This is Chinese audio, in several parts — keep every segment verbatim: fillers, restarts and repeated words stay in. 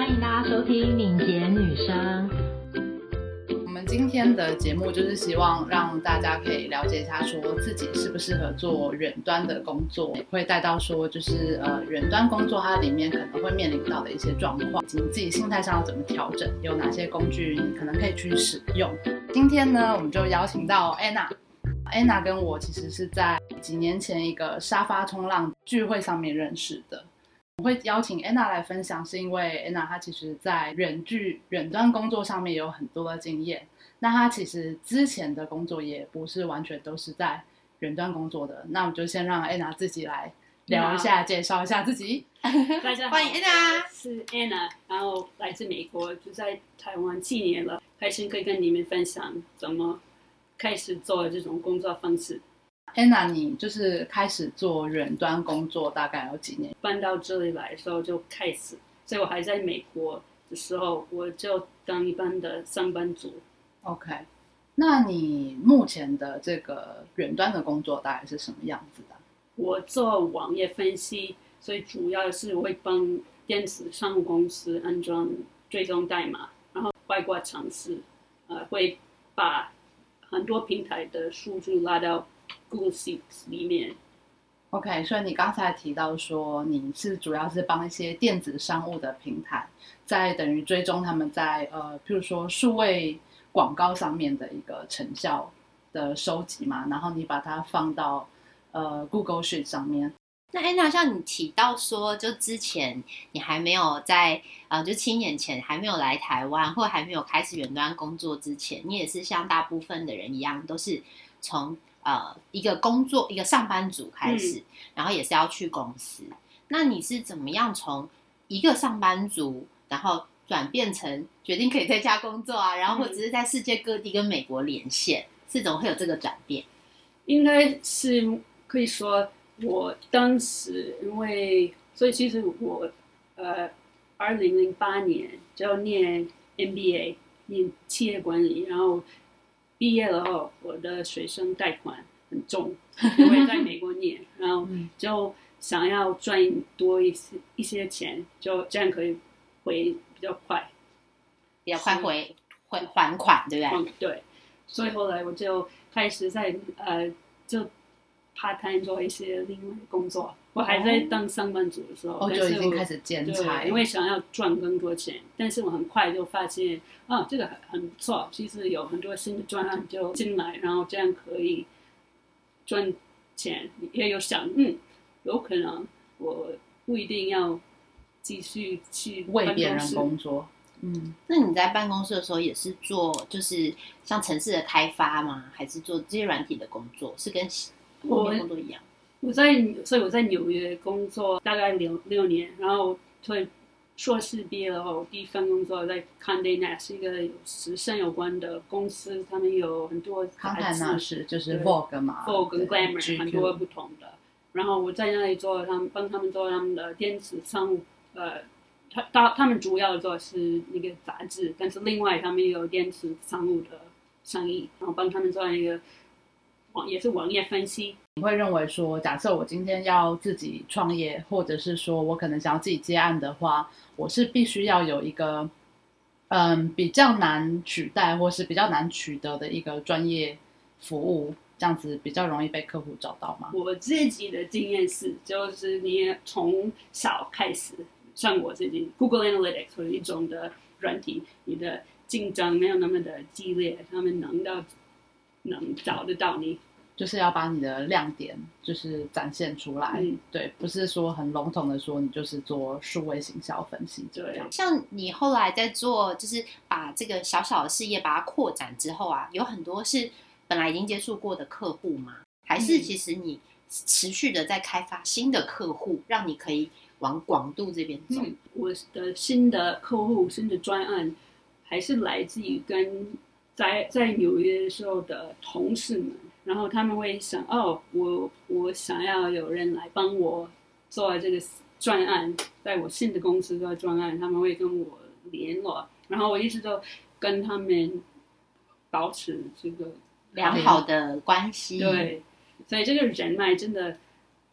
欢迎大家收听敏捷女生。 我们今天的节目就是希望让大家可以了解一下，说自己适不适合做远端的工作，也会带到说就是呃远端工作它里面可能会面临到的一些状况，以及你自己心态上要怎么调整，有哪些工具你可能可以去使用。今天呢，我们就邀请到 Anna。Anna 跟我其实是在几年前一个沙发冲浪聚会上面认识的。我会邀请 Anna 来分享，是因为 Anna 她其实在远距远端工作上面有很多的经验。那她其实之前的工作也不是完全都是在远端工作的。那我们就先让 Anna 自己来聊一下，介绍一下自己。 大家好， 欢迎 Anna， 是 Anna， 然后来自美国，就在台湾七年了，开心可以跟你们分享怎么开始做这种工作方式。 Anna， 你就是开始做远端工作大概有几年？ 搬到这里来的时候就开始，所以我还在美国的时候，我就当一般的上班族。 OK， 那你目前的这个远端的工作大概是什么样子的？ 我做网页分析，所以主要是我会帮电子商务公司安装追踪代码，然后外挂程式，呃，会把很多平台的数据拉到 Google Sheets 里面。 OK， 所以你刚才提到说你是主要是帮一些电子商务的平台，在等于追踪他们在呃，譬如说数位广告上面的一个成效的收集嘛，然后你把它放到呃 Google Sheet 上面。 那 Anna， 像你提到说，就之前你还没有在呃，就七年前还没有来台湾，或还没有开始远端工作之前，你也是像大部分的人一样，都是从呃一个工作一个上班族开始，嗯、然后也是要去公司。那你是怎么样从一个上班族，然后转变成决定可以在家工作啊，然后或者是在世界各地跟美国连线，是怎么会有这个转变？ 应该是可以说。我当时因为，所以其实我，呃，二零零八年就念 M B A， 念企业管理，然后毕业了后，我的学生贷款很重，因为在美国念，然后就想要赚多一些一些钱，就这样可以回比较快， 比较快回回还款，对不对？ 嗯，对。所以后来我就开始在呃就。part time 做一些另外的工作，我还在当上班族的时候， 哦，就已经开始兼差， 因为想要赚更多钱。但是我很快就发现，啊，这个很很不错。其实有很多新的专案就进来，然后这样可以赚钱。也有想，嗯，有可能我不一定要继续去为别人工作。嗯， 那你在办公室的时候也是做，就是像城市的开发吗？还是做这些软体的工作？是跟后面工作一样。 我在，所以我在纽约工作大概六六年，然后所以硕士毕业了后，第一份工作在 Condé Nast 是一个有时尚有关的公司，他们有很多康泰纳仕就是 Vogue 嘛 ，Vogue 跟 Glamour 很多不同的。然后我在那里做，他们帮他们做他们的电子商务，呃，他他他们主要做是那个杂志，但是另外他们也有电子商务的生意，然后帮他们做一个。也是网页分析。 你会认为说，假设我今天要自己创业，或者是说我可能想要自己接案的话，我是必须要有一个嗯比较难取代或是比较难取得的一个专业服务，这样子比较容易被客户找到吗？ 我自己的经验是，就是你从小开始，像我自己 Google Analytics 或者一种的软体，你的竞争没有那么的激烈，他们能到。能找得到你， 就是要把你的亮点就是展现出来，嗯、对，不是说很笼统的说你就是做数位行销分析这样。 像你后来在做，就是把这个小小的事业把它扩展之后啊，有很多是本来已经接触过的客户吗？还是其实你持续的在开发新的客户，让你可以往广度这边走？ 嗯、我的新的客户、新的专案，还是来自于跟。在在纽约的时候的同事们，然后他们会想，哦，我我想要有人来帮我做这个专案，在我新的公司做专案，他们会跟我联络，然后我一直都跟他们保持这个良好的关系。 对，所以这个人脉真的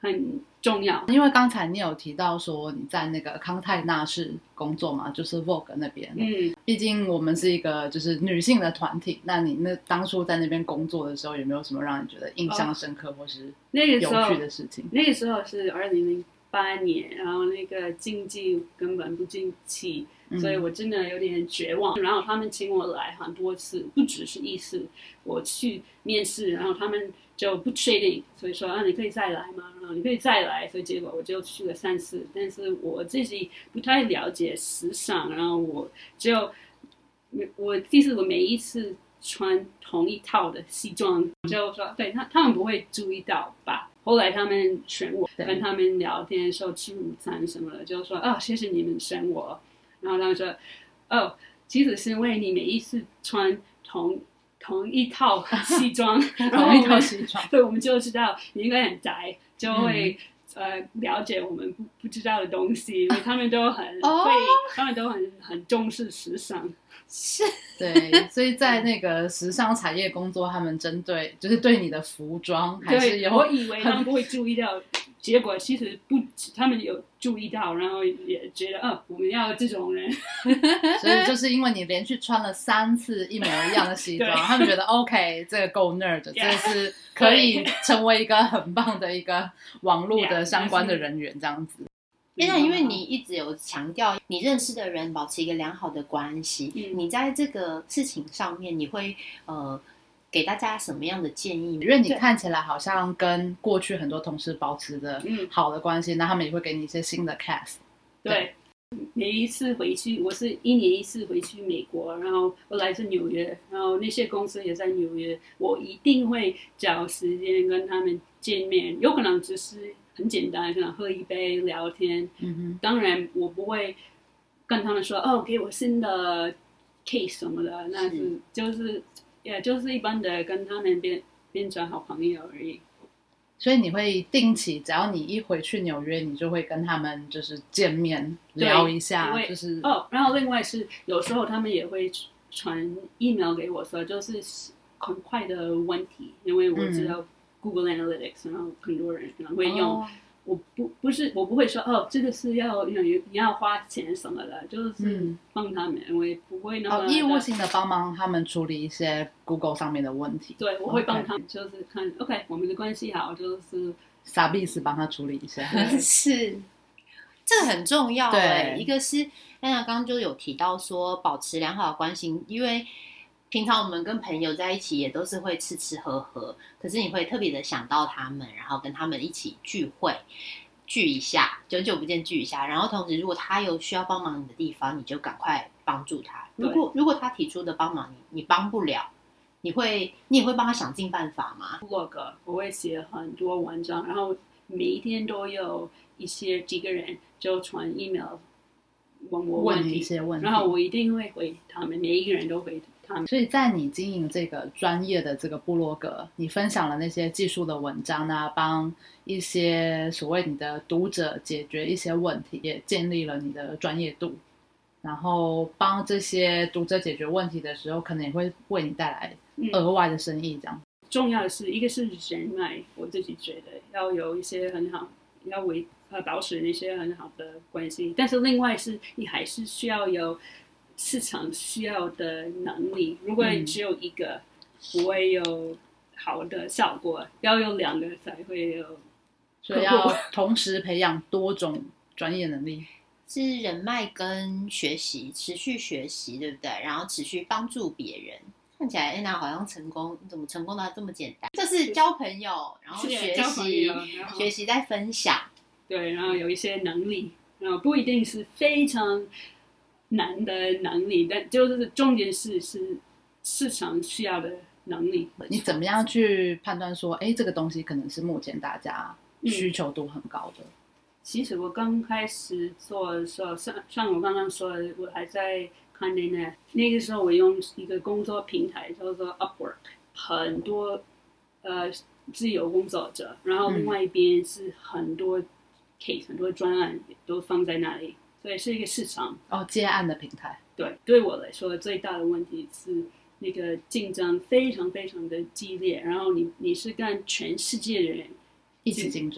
很重要。 因为刚才你有提到说你在那个康泰纳仕工作嘛，就是 Vogue 那边， 嗯， 毕竟我们是一个就是女性的团体，那你那当初在那边工作的时候，有没有什么让你觉得印象深刻或是有那个时候趣的事情？ 那个时候是二零零八年，然后那个经济根本不景气，所以我真的有点绝望。然后他们请我来很多次，不只是一次。我去面试，然后他们就不确定，所以说啊，你可以再来吗？然后你可以再来，所以结果我就去了三次。但是我自己不太了解时尚，然后我就我其实我每一次穿同一套的西装，就说对他他们不会注意到吧。后来他们选我，跟他们聊天的时候吃午餐什么的，就说啊、哦，谢谢你们选我。然后他们说，哦，其实是因为你每一次穿同同一套西装， 同一套西装， 对，我们就知道你应该很宅，就会、嗯、呃了解我们不不知道的东西，因为他们都很会， 哦、 他们都很很重视时尚。 是， 对，所以在那个时尚产业工作，他们针对就是对你的服装还是有， 我以为他们不会注意到，结果其实不，他们有注意到，然后也觉得，哦，我们要这种人。 所以就是因为你连续穿了三次一模一样的西装，他们觉得 OK， 这个够 nerd， 这个是可以成为一个很棒的一个网络的相关的人员这样子。 因为因为你一直有强调你认识的人保持一个良好的关系、嗯、你在这个事情上面你会呃给大家什么样的建议？ 因为你看起来好像跟过去很多同事保持着好的关系、嗯、那他们也会给你一些新的 cast。 对，每一次回去，我是一年一次回去美国，然后我来自纽约，然后那些公司也在纽约，我一定会找时间跟他们见面，有可能只是很简单，可能喝一杯聊天。嗯哼，当然我不会跟他们说哦，给我新的 case 什么的，那是就是也就是一般的跟他们变变成好朋友而已。 所以你会定期，只要你一回去纽约，你就会跟他们就是见面聊一下，就是哦。然后另外是有时候他们也会传 email 给我说，就是很快的问题，因为我知道 Google Analytics，、嗯、然后很多人可能会用。哦，我不不是我不会说哦，这个是要你要花钱什么的，就是帮他们，我也不会那么、 哦、义务性的帮忙他们处理一些 Google 上面的问题。 对，我会帮他们，就是看 OK， 我们的关系好，就是傻逼是帮他处理一下。 是，这个很重要哎。一个是安娜刚刚就有提到说保持良好的关系，因为平常我们跟朋友在一起也都是会吃吃喝喝，可是你会特别的想到他们，然后跟他们一起聚会聚一下，久久不见聚一下，然后同时如果他有需要帮忙你的地方，你就赶快帮助他。如果如果他提出的帮忙你你帮不了，你会你也会帮他想尽办法吗？ blog 我会写很多文章，然后每一天都有一些几个人就传 email 问我问题， 问一些问题， 然后我一定会回他们，每一个人都回他们。 所以在你经营这个专业的这个部落格，你分享了那些技术的文章啊，帮一些所谓你的读者解决一些问题，也建立了你的专业度，然后帮这些读者解决问题的时候，可能也会为你带来额外的生意这样。 嗯，重要的是一个是人脉，我自己觉得要有一些很好，要维呃保持那些很好的关系，但是另外是你还是需要有市场需要的能力。如果只有一个，嗯，不会有好的效果，要有两个才会有。 所以要同时培养多种专业能力， 是人脉跟学习，持续学习，对不对？然后持续帮助别人。看起来安娜好像成功，怎么成功到这么简单？就是交朋友，然后学习，学习在分享。 对，然后有一些能力，然后不一定是非常难的能力，但就是重点是是市场需要的能力。 你怎么样去判断说，哎，这个东西可能是目前大家需求度很高的？嗯， 其实我刚开始做的时候，像像我刚刚说的，我还在看那那那个时候，我用一个工作平台叫做 Upwork， 很多呃自由工作者，然后另外一边是很多 case，、嗯、很多专案都放在那里，所以是一个市场哦，接案的平台。 对，对我来说最大的问题是那个竞争非常非常的激烈，然后你你是跟全世界的人一起竞争。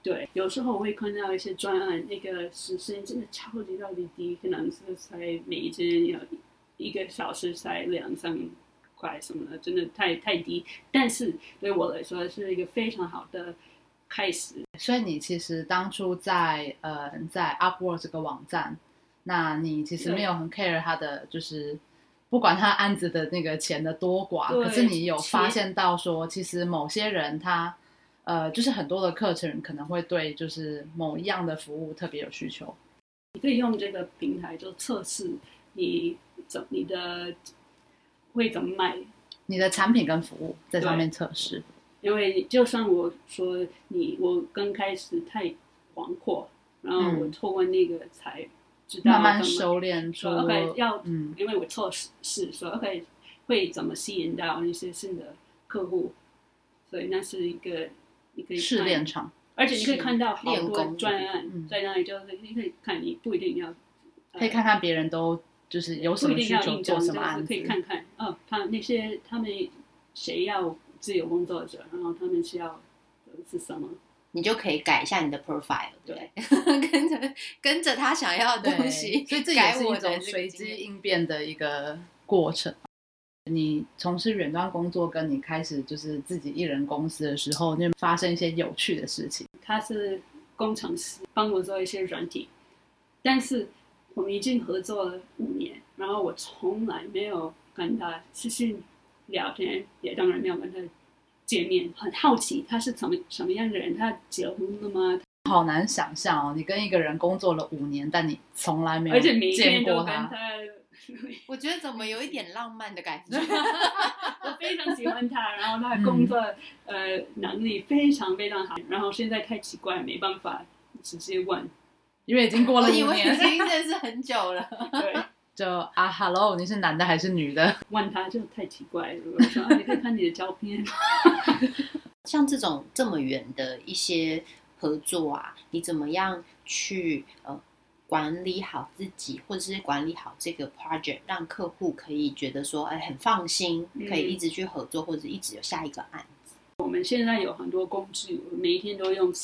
对，有时候我会看到一些专案，那个时薪真的超级超级低，可能是才每一天有一个小时才两三块什么的，真的太太低。但是对我来说是一个非常好的开始。 所以你其实当初在呃在 Upwork 这个网站，那你其实没有很 care 他的就是不管他案子的那个钱的多寡，可是你有发现到说，其实某些人他呃就是很多的课程可能会对就是某一样的服务特别有需求。 你可以用这个平台就测试你怎你的会怎么卖你的产品跟服务在上面测试。 因为就像我说你我刚开始太广阔，然后我透过那个才知道慢慢收敛出 OK 要、 嗯、 因为我测试说 OK 会怎么吸引到那些新的客户，所以那是一个你可以试炼场， 而且你可以看到好多专案、 嗯、 在那里，就是你可以看，你不一定要、 呃、可以看看别人都就是有什么需求做什么案子， 可以看看哦，他那些他们谁要自由工作者，然后他们需要的是什么， 你就可以改一下你的 profile， 对，跟着跟着他想要的东西， 所以这也是一种随机应变的一个过程。你从事远端工作跟你开始就是自己一人公司的时候，你发生一些有趣的事情。 他是工程师，帮我做一些软体，但是我们已经合作了五年，然后我从来没有跟他视讯聊天，也当然没有跟他见面，很好奇他是什么什么样的人，他结婚了吗？ 好难想象哦，你跟一个人工作了五年，但你从来没有见过他， 而且每天都跟他我觉得怎么有一点浪漫的感觉。 我非常喜欢他，然后他的工作、嗯、呃能力非常非常好，然后现在太奇怪，没办法直接问， 因为已经过了五年， 我以为已经认识很久了。 对， 就啊 ，Hello， 你是男的还是女的？ 问他就太奇怪了。我说、啊、你可以看你的照片。 像这种这么远的一些合作啊，你怎么样去呃管理好自己，或者是管理好这个 project， 让客户可以觉得说，哎，很放心，可以一直去合作，嗯、或者一直有下一个案子。 我们现在有很多工具，我每一天都用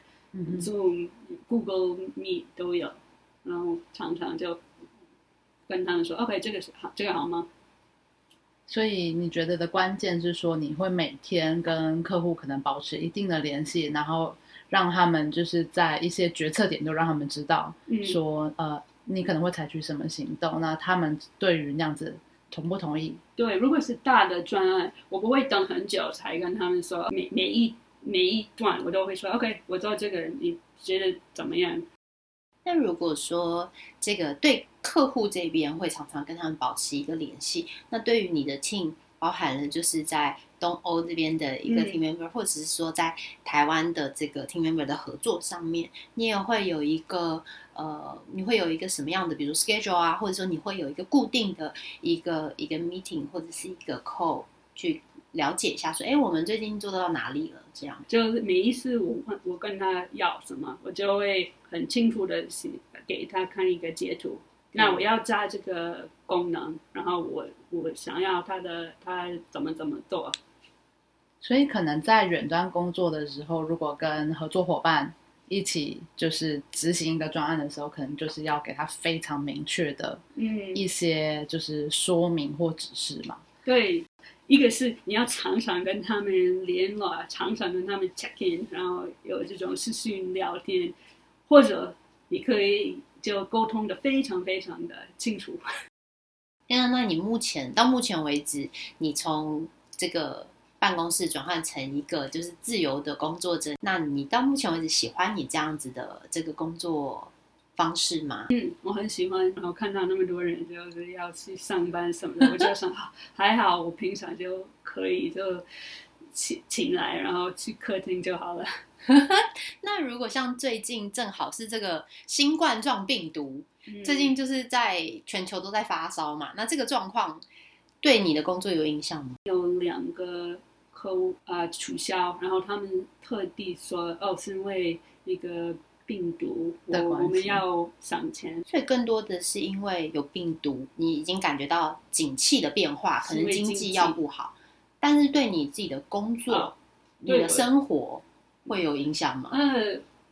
Slack、Zoom、Google Meet 都有，然后常常就跟他们说 ，OK， 这个是好，这个好吗？ 所以你觉得的关键是说，你会每天跟客户可能保持一定的联系，然后让他们就是在一些决策点就让他们知道说、嗯、呃，你可能会采取什么行动，那他们对于那样子同不同意？ 对，如果是大的专案，我不会等很久才跟他们说，每每一每一段我都会说 OK， 我做这个人，你觉得怎么样？ 那如果说这个对客户这边会常常跟他们保持一个联系，那对于你的 team 包含了就是在东欧这边的一个 team member、嗯、或者是说在台湾的这个 team member 的合作上面，你也会有一个呃，你会有一个什么样的，比如 schedule 啊，或者说你会有一个固定的一个一个 meeting 或者是一个 call 去了解一下说，哎，我们最近做到哪里了？这样就是每一次我我跟他要什么，我就会很清楚的给他看一个截图。那我要加这个功能，然后我我想要他的他怎么怎么做。 所以可能在远端工作的时候，如果跟合作伙伴一起就是执行一个专案的时候，可能就是要给他非常明确的一些就是说明或指示嘛。 嗯、对。一个是你要常常跟他们联络，常常跟他们 check in， 然后有这种视讯聊天，或者你可以就沟通的非常非常的清楚。 那那你目前到目前为止，你从这个办公室转换成一个就是自由的工作者，那你到目前为止喜欢你这样子的这个工作方式吗？ 嗯，我很喜欢，然后看到那么多人就是要去上班什么的，我就想、啊、还好我平常就可以就起起来然后去客厅就好了。 那如果像最近正好是这个新冠状病毒、嗯、最近就是在全球都在发烧嘛，那这个状况对你的工作有影响吗？ 有两个客户啊取消，然后他们特地说哦是因为那个病毒我我们要省钱， 所以更多的是因为有病毒，你已经感觉到景气的变化，可能经济要不好，但是对你自己的工作、哦、你的生活会有影响吗？ 呃，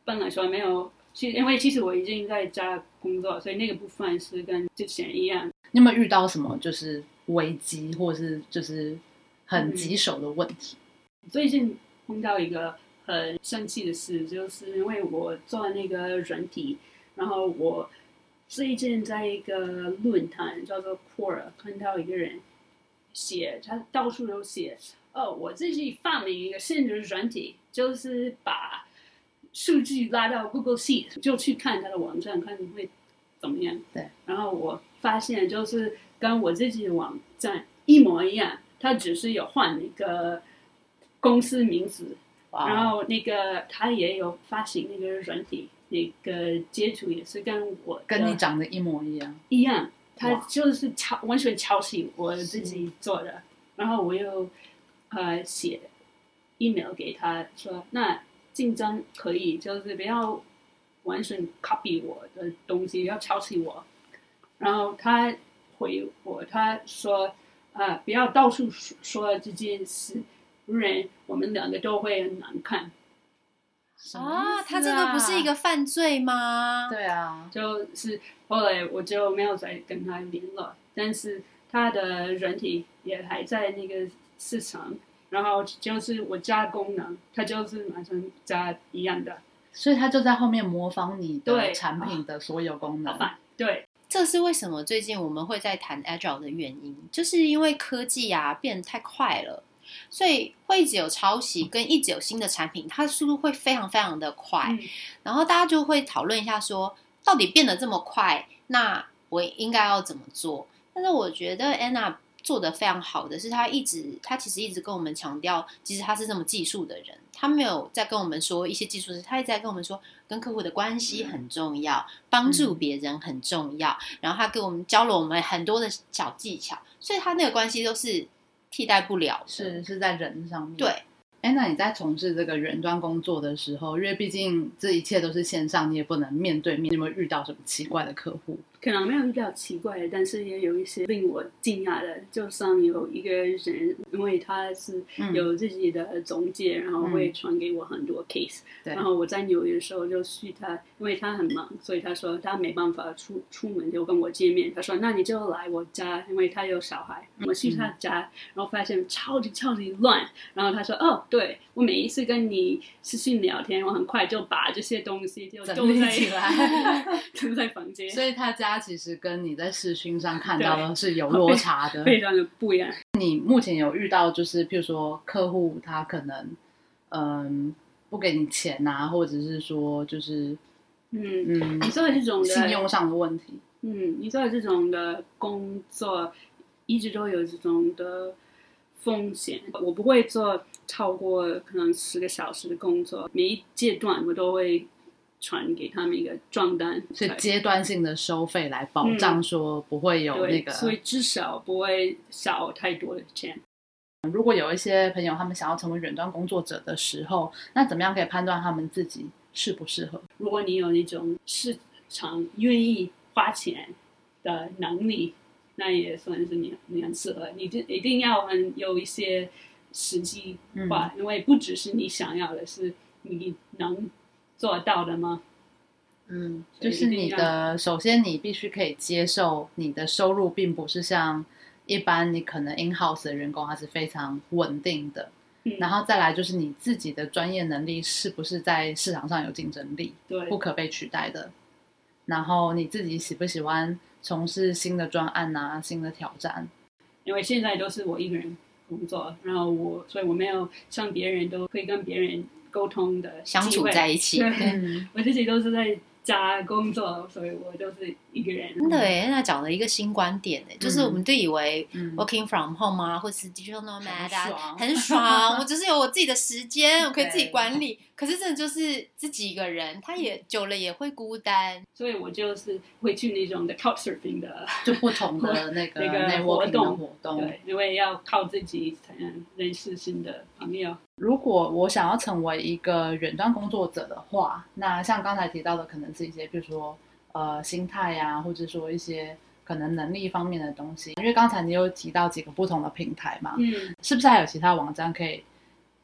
本来说没有，其因为其实我已经在家工作，所以那个部分是跟之前一样。 你有没有遇到什么就是危机，或是就是很棘手的问题？ 嗯、最近碰到一个很生气的事，就是因为我做那个软体，然后我最近在一个论坛叫做 Quora 看到一个人写，他到处都写，哦，我自己发明一个新的软体，就是把数据拉到 Google Sheet， 就去看他的网站，看会怎么样。 对。 然后我发现就是跟我自己的网站一模一样，他只是有换那个公司名字， wow. 然后那个他也有发行那个软体，那个截图也是跟我跟你长得一模一样， 一样。他就是抄完全抄袭我自己做的，然后我又呃写 email 给他说，那竞争可以，就是不要完全 copy 我的东西，要抄袭我。然后他回我，他说啊、呃，不要到处说这件事，不然我们两个都会很难看。 啊，他这个不是一个犯罪吗？ 对啊， 就是后来我就没有再跟他联络，但是他的软体也还在那个市场，然后就是我加功能，他就是马上加一样的， 所以他就在后面模仿你的产品的所有功能。 对， 这是为什么最近我们会在谈 Agile 的原因，就是因为科技啊变得太快了。所以会一直有抄袭跟一直有新的产品，它的速度会非常非常的快、嗯、然后大家就会讨论一下说到底变得这么快，那我应该要怎么做。但是我觉得 Anna 做得非常好的是，她一直她其实一直跟我们强调，其实她是这么技术的人，她没有在跟我们说一些技术事，她一直在跟我们说跟客户的关系很重要、嗯、帮助别人很重要、嗯、然后她给我们教了我们很多的小技巧，所以她那个关系都是替代不了的， 是是在人上面。 对， 哎，那你在从事这个远端工作的时候，因为毕竟这一切都是线上，你也不能面对面，你有没有遇到什么奇怪的客户？ 可能没有遇到奇怪的，但是也有一些令我惊讶的。就像有一个人，因为他是有自己的总结、嗯、然后会传给我很多 case、嗯、然后我在纽约的时候就去他，因为他很忙，所以他说他没办法出出门就跟我见面，他说那你就来我家，因为他有小孩，我去他家、嗯、然后发现超级超级乱，然后他说哦对，我每一次跟你视讯聊天，我很快就把这些东西就整理起来都在房间， 所以他家其实跟你在视讯上看到的是有落差的， 非常的不一样。 你目前有遇到就是譬如说客户他可能嗯不给你钱啊，或者是说就是嗯嗯你说的这种的信用上的问题， 嗯你说的这种的工作一直都有这种的风险，我不会做超过可能十个小时的工作，每一阶段我都会传给他们一个账单， 所以阶段性的收费来保障说不会有那个、 嗯、所以至少不会少太多的钱。 如果有一些朋友他们想要成为远端工作者的时候，那怎么样可以判断他们自己适不适合？ 如果你有那种市场愿意花钱的能力，那也算是你你很适合，你就一定要很有一些实际化、嗯、因为不只是你想要的，是你能做到的吗？ 嗯，就是你的首先你必须可以接受你的收入并不是像一般你可能 in-house 的员工它是非常稳定的、嗯、然后再来就是你自己的专业能力是不是在市场上有竞争力， 对， 不可被取代的，然后你自己喜不喜欢从事新的专案啊，新的挑战。 因为现在都是我一个人工作，然后我所以我没有像别人都可以跟别人沟通的相处在一起， 嗯、我自己都是在家工作，所以我都是一个人。 真的耶，那讲了一个新观点耶、嗯、就是我们都以为 working from home 啊、嗯、或是 digital nomad 啊很爽我只是有我自己的时间我可以自己管理，可是真的就是自己一个人，他也久了也会孤单， 所以我就是会去那种的 couchsurfing 的就不同的那个那个 networking 的活动， 对，因为要靠自己才能认识新的朋友。 如果我想要成为一个远端工作者的话，那像刚才提到的可能是一些比如说呃心态啊，或者说一些可能能力方面的东西，因为刚才你有提到几个不同的平台嘛， 嗯， 是不是还有其他网站可以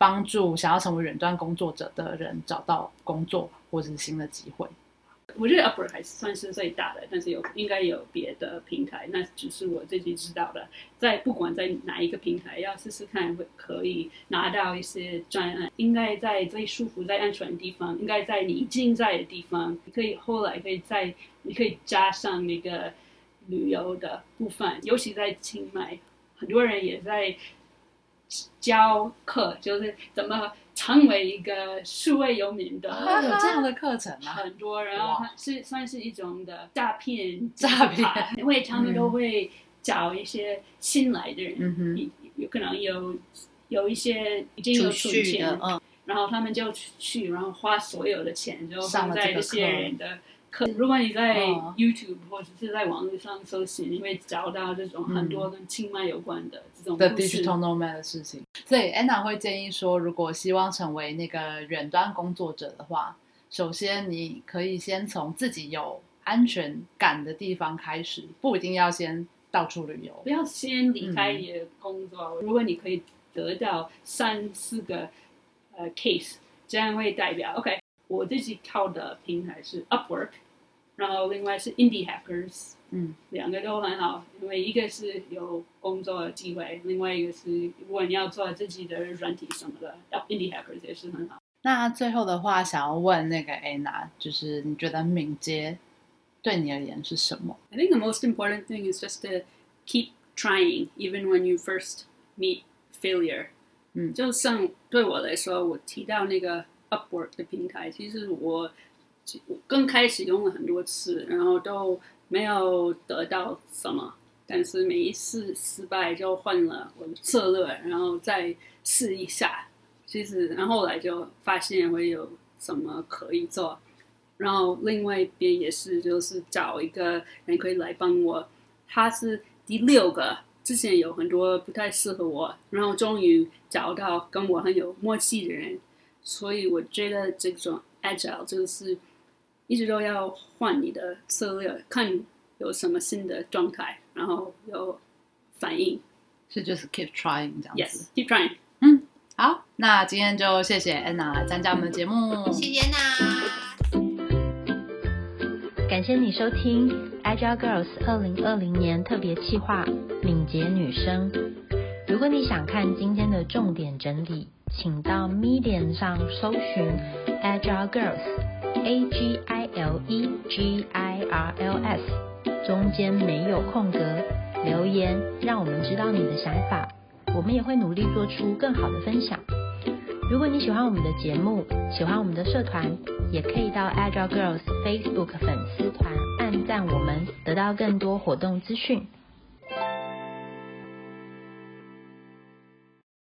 帮助想要成为远端工作者的人找到工作或者是新的机会？ 我觉得 Upwork 还算是最大的，但是有应该有别的平台，那只是我自己知道的。在不管在哪一个平台，要试试看会可以拿到一些专案，应该在最舒服、最安全的地方，应该在你已经在的地方，你可以后来可以在你可以加上那个旅游的部分，尤其在清迈，很多人也在教课，就是怎么成为一个数位游民的， 啊，有这样的课程啊， 很多，然后它是算是一种的诈骗诈骗， 因为他们都会找一些新来的人， 嗯、 有可能有有一些已经有存钱， 嗯， 然后他们就去，然后花所有的钱就放在这些人的课。如果你在 YouTube 或者是在网络上搜寻，你会找到这种很多跟清迈有关的这种的 digital nomad 的事情。所以 Anna 会建议说，如果希望成为那个远端工作者的话，首先你可以先从自己有安全感的地方开始，不一定要先到处旅游， 不要先离开你的工作。嗯、如果你可以得到三四个呃 case， 这样会代表 OK。我自己靠的平台是 Upwork， 然后另外是 Indie Hackers， 嗯， 两个都很好，因为一个是有工作的机会，另外一个是如果你要做自己的软体什么的 ，Indie Hackers 也是很好。 那最后的话，想要问那个 Anna， 就是你觉得敏捷对你而言是什么？ I think the most important thing is just to keep trying, even when you first meet failure。嗯，就像对我来说，我提到那个Upwork 的平台，其实我刚开始用了很多次，然后都没有得到什么，但是每一次失败就换了我的策略，然后再试一下。其实，然后后来就发现会有什么可以做，然后另外一边也是，就是找一个人可以来帮我。他是第六个，之前有很多不太适合我，然后终于找到跟我很有默契的人。所以我觉得这种 agile 就是一直都要换你的策略，看有什么新的状态，然后有反应。 是就是 keep trying 这样子。 Yes, keep trying。 嗯，好，那今天就谢谢 Anna 来参加我们的节目。 谢谢 Anna。 感谢你收听 Agile Girls 二零二零年特别企划敏捷女生。如果你想看今天的重点整理，请到 Medium 上搜寻 Agile Girls A G I L E G I R L S， 中间没有空格，留言让我们知道你的想法，我们也会努力做出更好的分享。如果你喜欢我们的节目，喜欢我们的社团，也可以到 Agile Girls Facebook 粉丝团按赞我们，得到更多活动资讯。